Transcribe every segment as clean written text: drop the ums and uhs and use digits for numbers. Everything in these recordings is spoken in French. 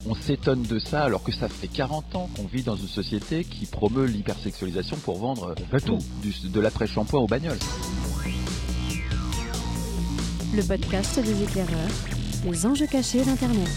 on s'étonne de ça alors que ça fait 40 ans qu'on vit dans une société qui promeut l'hypersexualisation pour vendre tout, de l'après-shampoing aux bagnoles. Le podcast des éclaireurs, les enjeux cachés d'Internet.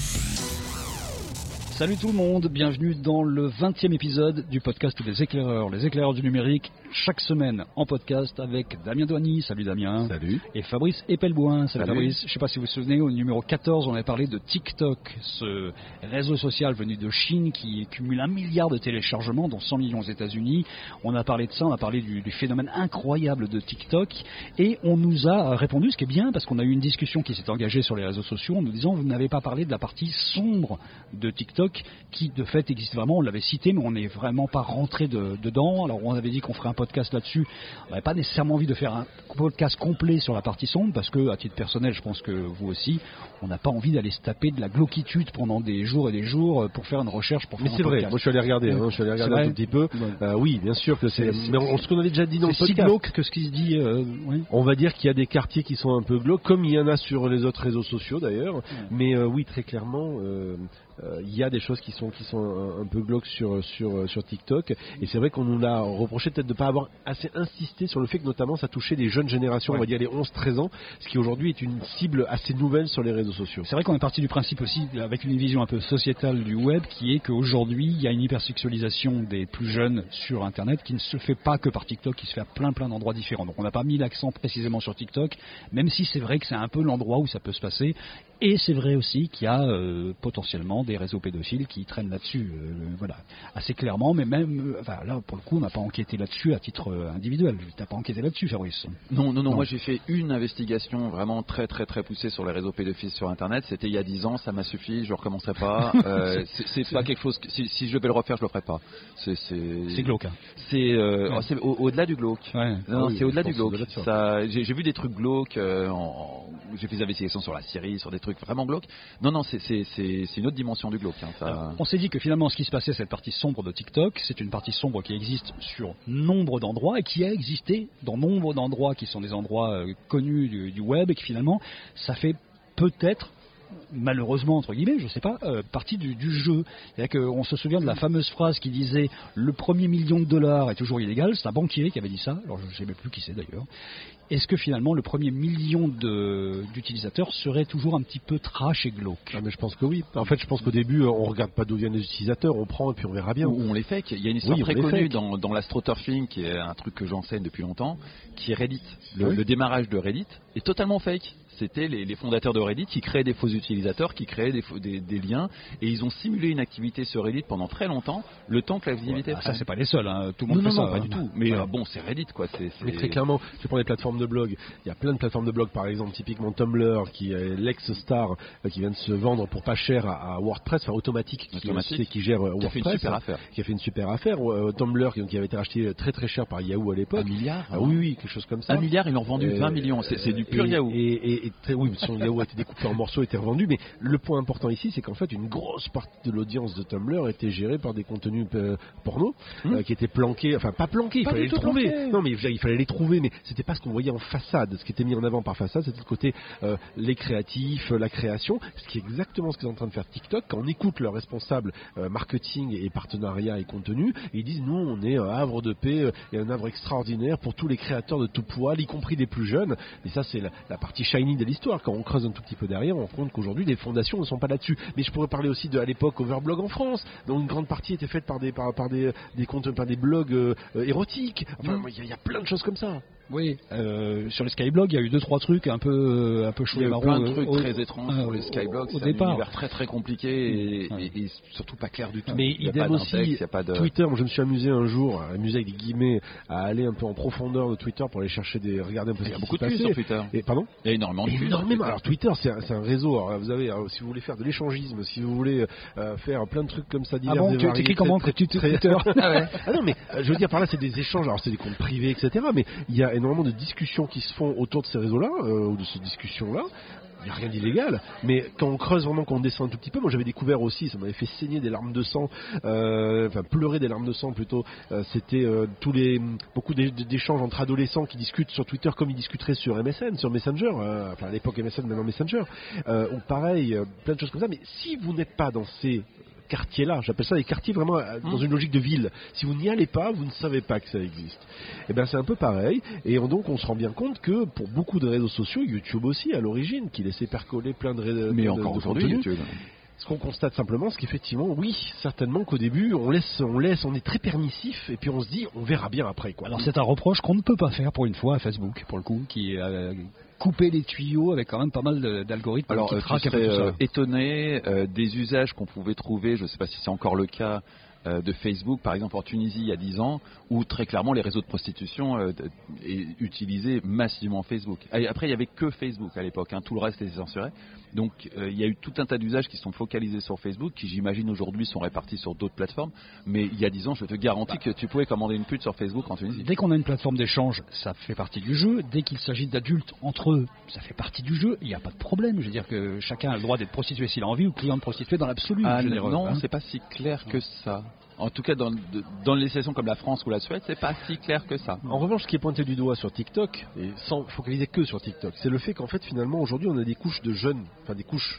Salut tout le monde, bienvenue dans le 20e épisode du podcast des éclaireurs, les éclaireurs du numérique, chaque semaine en podcast avec Damien Douany, salut Damien. Salut. Et Fabrice Epelboin, salut Fabrice. Je ne sais pas si vous vous souvenez, au numéro 14, on avait parlé de TikTok, ce réseau social venu de Chine qui cumule 1 milliard de téléchargements, dont 100 millions aux États-Unis. On a parlé de ça, on a parlé du phénomène incroyable de TikTok et on nous a répondu, ce qui est bien parce qu'on a eu une discussion qui s'est engagée sur les réseaux sociaux en nous disant vous n'avez pas parlé de la partie sombre de TikTok qui de fait existe vraiment, on l'avait cité mais on n'est vraiment pas rentré dedans. Alors on avait dit qu'on ferait un podcast là-dessus, on n'avait pas nécessairement envie de faire un podcast complet sur la partie sombre parce que à titre personnel je pense que vous aussi, on n'a pas envie d'aller se taper de la glauquitude pendant des jours et des jours pour faire une recherche pour faire mais c'est vrai, moi je suis allé regarder, un tout petit peu, oui bien sûr que c'est mais ce qu'on avait déjà dit dans le podcast, c'est si glauque que ce qui se dit on va dire qu'il y a des quartiers qui sont un peu glauques comme il y en a sur les autres réseaux sociaux d'ailleurs, mais oui très clairement il y a des choses qui sont un peu glauques sur TikTok et c'est vrai qu'on nous l'a reproché peut-être de ne pas avoir assez insisté sur le fait que notamment ça touchait les jeunes générations, on va dire les 11-13 ans, ce qui aujourd'hui est une cible assez nouvelle sur les réseaux sociaux. C'est vrai qu'on est parti du principe aussi avec une vision un peu sociétale du web qui est qu'aujourd'hui il y a une hypersexualisation des plus jeunes sur internet qui ne se fait pas que par TikTok, qui se fait à plein d'endroits différents. Donc on n'a pas mis l'accent précisément sur TikTok, même si c'est vrai que c'est un peu l'endroit où ça peut se passer. Et c'est vrai aussi qu'il y a potentiellement des réseaux pédophiles qui traînent là-dessus, voilà, assez clairement, mais même, là pour le coup on n'a pas enquêté là-dessus à titre individuel. Tu n'as pas enquêté là-dessus, Fabrice? Non, moi j'ai fait une investigation vraiment très poussée sur les réseaux pédophiles sur Internet, c'était il y a 10 ans, ça m'a suffi, je ne recommencerai pas, c'est pas quelque chose, si je vais le refaire je le ferai pas. C'est glauque. Hein. C'est au-delà du glauque. Ouais. Non, c'est au-delà du glauque. J'ai vu des trucs glauques, j'ai fait des investigations sur la Syrie, sur des trucs vraiment glauques. Non, c'est une autre dimension du glauque. Hein, ça... On s'est dit que finalement ce qui se passait, cette partie sombre de TikTok, c'est une partie sombre qui existe sur nombre d'endroits et qui a existé dans nombre d'endroits qui sont des endroits connus du web et que finalement ça fait peut-être, malheureusement entre guillemets, je sais pas, partie du jeu. C'est-à-dire qu'on se souvient de la fameuse phrase qui disait le premier $1 million est toujours illégal. C'est un banquier qui avait dit ça, alors je ne sais même plus qui c'est d'ailleurs. Est-ce que finalement le premier $1 million d'utilisateurs serait toujours un petit peu trash et glauque? Mais je pense que oui. En fait je pense qu'au début on regarde pas d'où viennent les utilisateurs, on prend et puis on verra bien. Ou on les fake. Il y a une histoire très connue dans l'astroturfing qui est un truc que j'enseigne depuis longtemps, qui est Reddit. Le démarrage de Reddit est totalement fake. C'était les fondateurs de Reddit qui créaient des faux utilisateurs, qui créaient des liens, et ils ont simulé une activité sur Reddit pendant très longtemps, le temps que l'activité ça c'est pas les seuls, hein. Tout le monde fait ça. Non, pas du tout. Mais bon, c'est Reddit quoi. Mais très clairement, je prends les plateformes de blog. Il y a plein de plateformes de blog, par exemple, typiquement Tumblr, qui est l'ex-star, qui vient de se vendre pour pas cher à WordPress, enfin Automatic, qui gère WordPress, qui a fait une super affaire. Tumblr qui avait été racheté très cher par Yahoo à l'époque. 1 milliard. Oui, quelque chose comme ça. 1 milliard, ils l'ont vendu 20 millions. C'est du pur Yahoo. Oui, son Yahoo a été découpé en morceaux, était revendu, mais le point important ici, c'est qu'en fait, une grosse partie de l'audience de Tumblr était gérée par des contenus porno, qui étaient planqués, enfin pas planqués, il fallait les trouver. Non, mais il fallait les trouver, mais c'était pas ce qu'on voyait en façade. Ce qui était mis en avant par façade, c'était le côté les créatifs, la création, ce qui est exactement ce qu'ils sont en train de faire TikTok. Quand on écoute leurs responsables marketing et partenariat et contenu, ils disent nous, on est un havre de paix et un havre extraordinaire pour tous les créateurs de tout poil, y compris des plus jeunes. Et ça, c'est la partie shiny de l'histoire. Quand on creuse un tout petit peu derrière, on se rend compte qu'aujourd'hui les fondations ne sont pas là-dessus. Mais je pourrais parler aussi à l'époque Overblog en France, dont une grande partie était faite par des comptes, par des blogs érotiques. Enfin, il y a plein de choses comme ça. Oui, sur les Skyblogs, il y a eu 2-3 trucs un peu chauds et marrons. Il y a eu plein de trucs très étranges sur les Skyblogs. C'est un univers très compliqué et surtout pas clair du tout. Mais idem aussi, Twitter, moi je me suis amusé un jour, amusé avec des guillemets, à aller un peu en profondeur de Twitter pour aller chercher regarder un peu ce qui se passait. Il y a beaucoup de vues sur Twitter. Et pardon ? Il y a énormément de vues. Alors Twitter, c'est un réseau. Alors, vous avez, si vous voulez faire de l'échangisme, si vous voulez faire plein de trucs comme ça divers et variés. Tu écris comment Twitter? Ah non, mais je veux dire par là, c'est des échanges. Alors c'est des comptes privés, etc. Mais il y a énormément de discussions qui se font autour de ces réseaux-là, ou de ces discussions-là. il n'y a rien d'illégal, mais quand on creuse vraiment, quand on descend un tout petit peu, moi j'avais découvert aussi, ça m'avait fait saigner des larmes de sang, pleurer des larmes de sang plutôt, c'était beaucoup d'échanges entre adolescents qui discutent sur Twitter comme ils discuteraient sur MSN, sur Messenger, à l'époque MSN, maintenant Messenger, ou pareil, plein de choses comme ça, mais si vous n'êtes pas dans ces quartiers-là, j'appelle ça des quartiers vraiment dans une logique de ville. Si vous n'y allez pas, vous ne savez pas que ça existe. Et bien c'est un peu pareil. Et donc on se rend bien compte que pour beaucoup de réseaux sociaux, YouTube aussi à l'origine, qui laissait percoler plein de réseaux. Mais encore aujourd'hui, YouTube. Ce qu'on constate simplement, c'est qu'effectivement, oui, certainement qu'au début, on est très permissif, et puis on se dit, on verra bien après, quoi. Alors c'est un reproche qu'on ne peut pas faire pour une fois à Facebook, pour le coup, qui couper les tuyaux avec quand même pas mal d'algorithmes. Alors tu serais étonné des usages qu'on pouvait trouver, je ne sais pas si c'est encore le cas, de Facebook, par exemple en Tunisie il y a 10 ans, où très clairement les réseaux de prostitution utilisaient massivement Facebook. Et après il n'y avait que Facebook à l'époque, tout le reste était censuré. Donc il y a eu tout un tas d'usages qui sont focalisés sur Facebook, qui j'imagine aujourd'hui sont répartis sur d'autres plateformes, mais il y a 10 ans je te garantis que tu pouvais commander une pute sur Facebook en Tunisie. Dès qu'on a une plateforme d'échange, ça fait partie du jeu. Dès qu'il s'agit d'adultes entre eux, ça fait partie du jeu. Il n'y a pas de problème. Je veux dire que chacun a le droit d'être prostitué s'il a envie, ou client de prostituée dans l'absolu. Non, c'est pas si clair que ça. En tout cas, dans les législations comme la France ou la Suède, c'est pas si clair que ça. En revanche, ce qui est pointé du doigt sur TikTok, et sans focaliser que sur TikTok, c'est le fait qu'en fait, finalement, aujourd'hui, on a des couches de jeunes, enfin des couches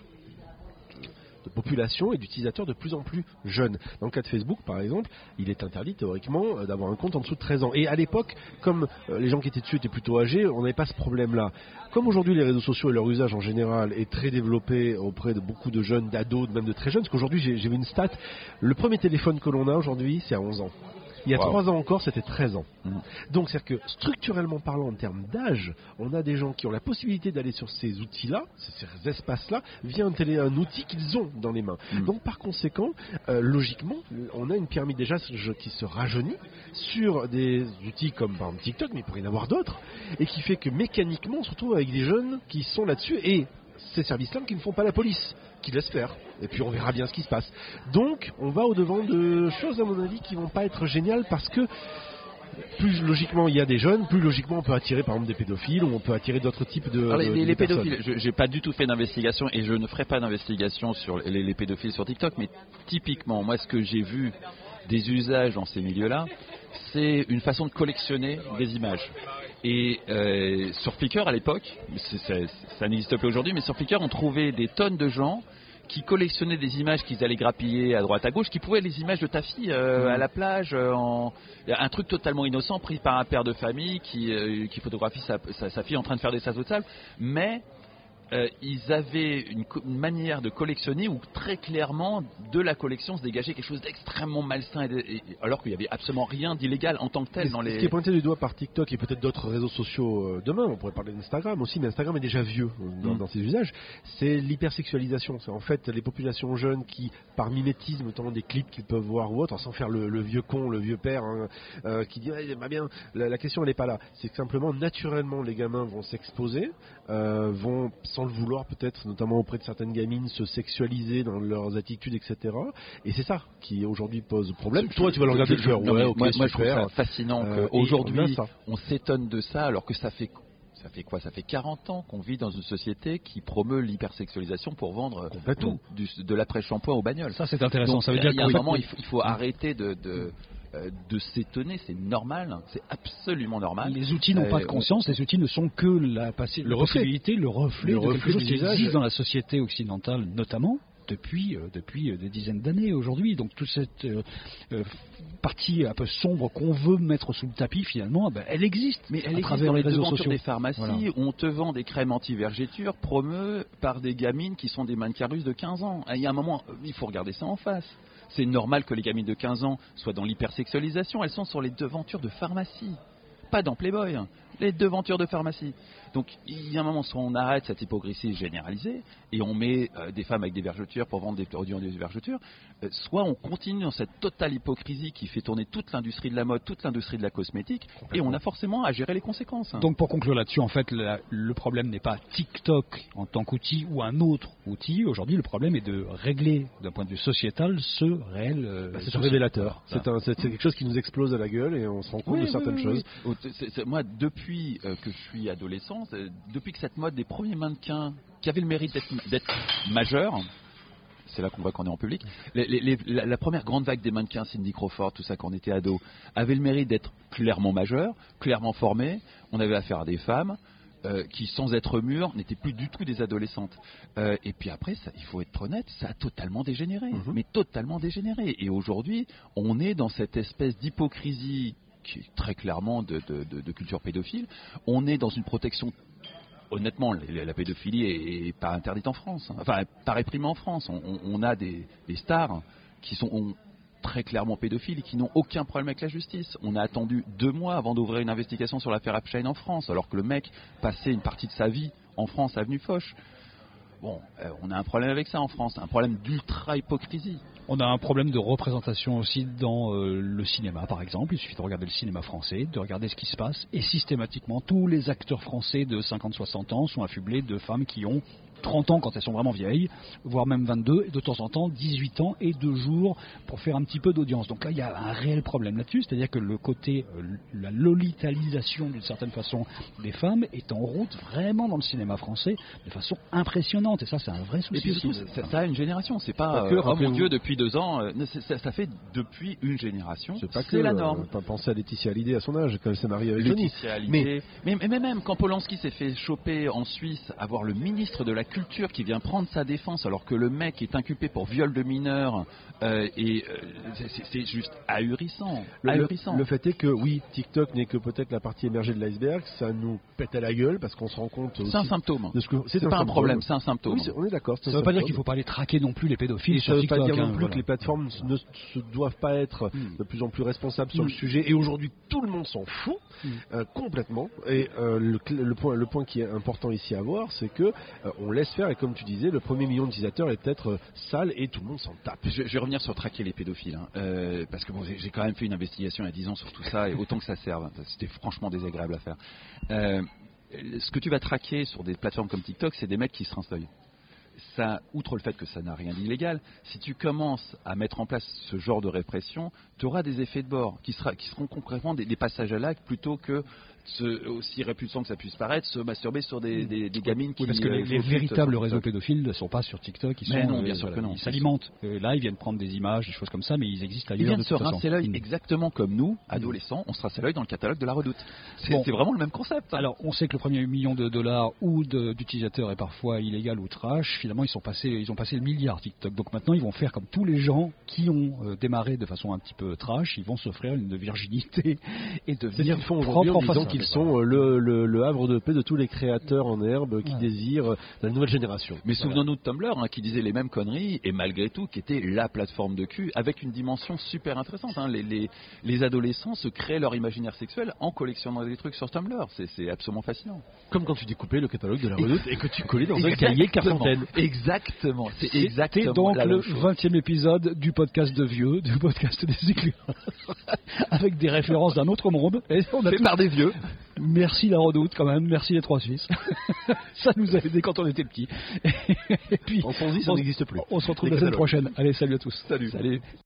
de population et d'utilisateurs de plus en plus jeunes. Dans le cas de Facebook, par exemple, il est interdit théoriquement d'avoir un compte en dessous de 13 ans. Et à l'époque, comme les gens qui étaient dessus étaient plutôt âgés, on n'avait pas ce problème-là. Comme aujourd'hui les réseaux sociaux et leur usage en général est très développé auprès de beaucoup de jeunes, d'ados, même de très jeunes, parce qu'aujourd'hui j'ai vu une stat, le premier téléphone que l'on a aujourd'hui c'est à 11 ans. Il y a 3 ans encore, c'était 13 ans. Donc, c'est-à-dire que, structurellement parlant, en termes d'âge, on a des gens qui ont la possibilité d'aller sur ces outils-là, ces espaces-là, via un outil qu'ils ont dans les mains. Donc, par conséquent, logiquement, on a une pyramide déjà qui se rajeunit sur des outils comme, par exemple, TikTok, mais il pourrait y en avoir d'autres, et qui fait que, mécaniquement, on se retrouve avec des jeunes qui sont là-dessus, et ces services-là qui ne font pas la police, qui laissent faire. Et puis on verra bien ce qui se passe. Donc on va au-devant de choses, à mon avis, qui vont pas être géniales, parce que plus logiquement il y a des jeunes, plus logiquement on peut attirer par exemple des pédophiles, ou on peut attirer d'autres types de... Alors, les pédophiles, j'ai pas du tout fait d'investigation, et je ne ferai pas d'investigation sur les pédophiles sur TikTok, mais typiquement, moi ce que j'ai vu des usages dans ces milieux-là, c'est une façon de collectionner des images. Et sur Flickr à l'époque, ça n'existe plus aujourd'hui, mais sur Flickr on trouvait des tonnes de gens qui collectionnaient des images qu'ils allaient grappiller à droite à gauche, qui pouvaient les images de ta fille à la plage, un truc totalement innocent pris par un père de famille qui photographie sa fille en train de faire des sassos de sable, mais ils avaient une manière de collectionner où très clairement de la collection se dégageait quelque chose d'extrêmement malsain, alors qu'il n'y avait absolument rien d'illégal en tant que tel. Ce qui est pointé du doigt par TikTok et peut-être d'autres réseaux sociaux demain, on pourrait parler d'Instagram aussi, mais Instagram est déjà vieux dans ses usages, c'est l'hypersexualisation. C'est en fait les populations jeunes qui, par mimétisme, notamment des clips qu'ils peuvent voir ou autre, sans faire le vieux con, le vieux père qui dit bien, la question elle n'est pas là. C'est que simplement, naturellement, les gamins vont s'exposer, vont sans le vouloir peut-être, notamment auprès de certaines gamines, se sexualiser dans leurs attitudes, etc. Et c'est ça qui aujourd'hui pose problème. Toi, tu vas le regarder faire. Moi, je trouve ça fascinant qu'aujourd'hui, on s'étonne de ça, alors que ça fait quoi ? Ça fait 40 ans qu'on vit dans une société qui promeut l'hypersexualisation pour vendre tout, de l'après-shampoing aux bagnoles. Ça, c'est intéressant. Donc, ça veut dire qu'il y a un moment, il faut arrêter de s'étonner, c'est normal, c'est absolument normal. Les outils n'ont pas de conscience, les outils ne sont que la possibilité, le reflet de quelque chose qui existe dans la société occidentale, notamment depuis des dizaines d'années aujourd'hui. Donc toute cette partie un peu sombre qu'on veut mettre sous le tapis, finalement, elle existe. Mais elle à existe travers dans les réseaux devantures sociaux. Des pharmacies, voilà. On te vend des crèmes anti-vergéture promues par des gamines qui sont des mannequins russes de 15 ans. Il y a un moment, il faut regarder ça en face. C'est normal que les gamines de 15 ans soient dans l'hypersexualisation. Elles sont sur les devantures de pharmacie, pas dans Playboy. Les devantures de pharmacie. Donc il y a un moment, soit on arrête cette hypocrisie généralisée et on met des femmes avec des vergetures pour vendre des produits en des vergetures, soit on continue dans cette totale hypocrisie qui fait tourner toute l'industrie de la mode, toute l'industrie de la cosmétique, et on a forcément à gérer les conséquences. Donc pour conclure là-dessus, en fait, le problème n'est pas TikTok en tant qu'outil ou un autre outil. Aujourd'hui, le problème est de régler, d'un point de vue sociétal, ce réel... c'est un révélateur. C'est quelque chose qui nous explose à la gueule et on se rend compte de certaines choses. Moi, depuis depuis que je suis adolescent, depuis que cette mode des premiers mannequins qui avaient le mérite d'être majeurs, c'est là qu'on voit qu'on est en public, la première grande vague des mannequins, Cindy Crawford, tout ça quand on était ado, avait le mérite d'être clairement majeurs, clairement formés. On avait affaire à des femmes qui, sans être mûres, n'étaient plus du tout des adolescentes. Et puis après, ça, il faut être honnête, ça a totalement dégénéré, mais totalement dégénéré. Et aujourd'hui, on est dans cette espèce d'hypocrisie qui est très clairement de culture pédophile. On est dans une protection. Honnêtement, la pédophilie est pas interdite en France, enfin pas réprimée en France. On a des stars qui sont très clairement pédophiles et qui n'ont aucun problème avec la justice. On a attendu 2 mois avant d'ouvrir une investigation sur l'affaire Epstein en France, alors que le mec passait une partie de sa vie en France, avenue Foch. Bon, on a un problème avec ça en France, un problème d'ultra-hypocrisie. On a un problème de représentation aussi dans le cinéma, par exemple. Il suffit de regarder le cinéma français, de regarder ce qui se passe, et systématiquement, tous les acteurs français de 50-60 ans sont affublés de femmes qui ont 30 ans quand elles sont vraiment vieilles, voire même 22, et de temps en temps 18 ans et 2 jours pour faire un petit peu d'audience. Donc là, il y a un réel problème là-dessus, c'est-à-dire que le côté, la lolitalisation d'une certaine façon des femmes est en route vraiment dans le cinéma français de façon impressionnante, et ça c'est un vrai souci. Et puis surtout, ça a une génération, c'est pas oh mon Dieu, depuis 2 ans, ça fait depuis une génération, c'est la norme. Pas penser à Laetitia Hallyday à son âge, quand elle s'est mariée avec Johnny. Mais même quand Polanski s'est fait choper en Suisse, avoir le ministre de la Culture qui vient prendre sa défense alors que le mec est inculpé pour viol de mineur, c'est juste ahurissant. Le fait est que oui, TikTok n'est que peut-être la partie émergée de l'iceberg, ça nous pète à la gueule parce qu'on se rend compte. C'est un symptôme. C'est pas un problème, c'est un symptôme. Oui, on est d'accord. Ça ne veut pas dire qu'il ne faut pas aller traquer non plus les pédophiles. Ça ne veut pas dire non plus que les plateformes ne se doivent pas être de plus en plus responsables sur le sujet. Et aujourd'hui, tout le monde s'en fout complètement. Et le point qui est important ici à voir, c'est que on laisse faire, et comme tu disais, le premier million d'utilisateurs est peut-être sale et tout le monde s'en tape. Je vais revenir sur traquer les pédophiles, parce que j'ai quand même fait une investigation il y a 10 ans sur tout ça, et autant que ça serve, c'était franchement désagréable à faire. Ce que tu vas traquer sur des plateformes comme TikTok, c'est des mecs qui se rinçoient. Ça, outre le fait que ça n'a rien d'illégal, si tu commences à mettre en place ce genre de répression, tu auras des effets de bord qui seront concrètement des passages à l'acte plutôt que aussi répulsant que ça puisse paraître, se masturber sur des gamines qui... Oui, parce que les véritables réseaux pédophiles ne sont pas sur TikTok, ils s'alimentent. Là, ils viennent prendre des images, des choses comme ça, mais ils existent ailleurs. Ils viennent se rincer l'œil exactement comme nous, adolescents, on se rince l'œil dans le catalogue de la Redoute. C'est vraiment le même concept. Alors, on sait que le premier million de dollars ou d'utilisateurs est parfois illégal ou trash. Finalement, ils ont passé le milliard TikTok. Donc maintenant, ils vont faire comme tous les gens qui ont démarré de façon un petit peu trash. Ils vont s'offrir une virginité et devenir propre en face. Ils sont le havre de paix de tous les créateurs en herbe qui désirent la nouvelle génération. Mais souvenons-nous de Tumblr, qui disait les mêmes conneries, et malgré tout, qui était la plateforme de cul, avec une dimension super intéressante. Les adolescents se créent leur imaginaire sexuel en collectionnant des trucs sur Tumblr. C'est absolument fascinant. Comme quand tu découpais le catalogue de la Redoute et que tu collais dans un cahier quarantaine. Exactement. C'était donc le 20e épisode du podcast de vieux, du podcast des éclaireurs, avec des références d'un autre monde. Et on a fait par des vieux. Merci la Redoute quand même, merci les 3 Suisses. Ça nous a aidé quand on était petits. Et puis, en 110, ça n'existe plus. On se retrouve la semaine prochaine. Allez, salut à tous. Salut.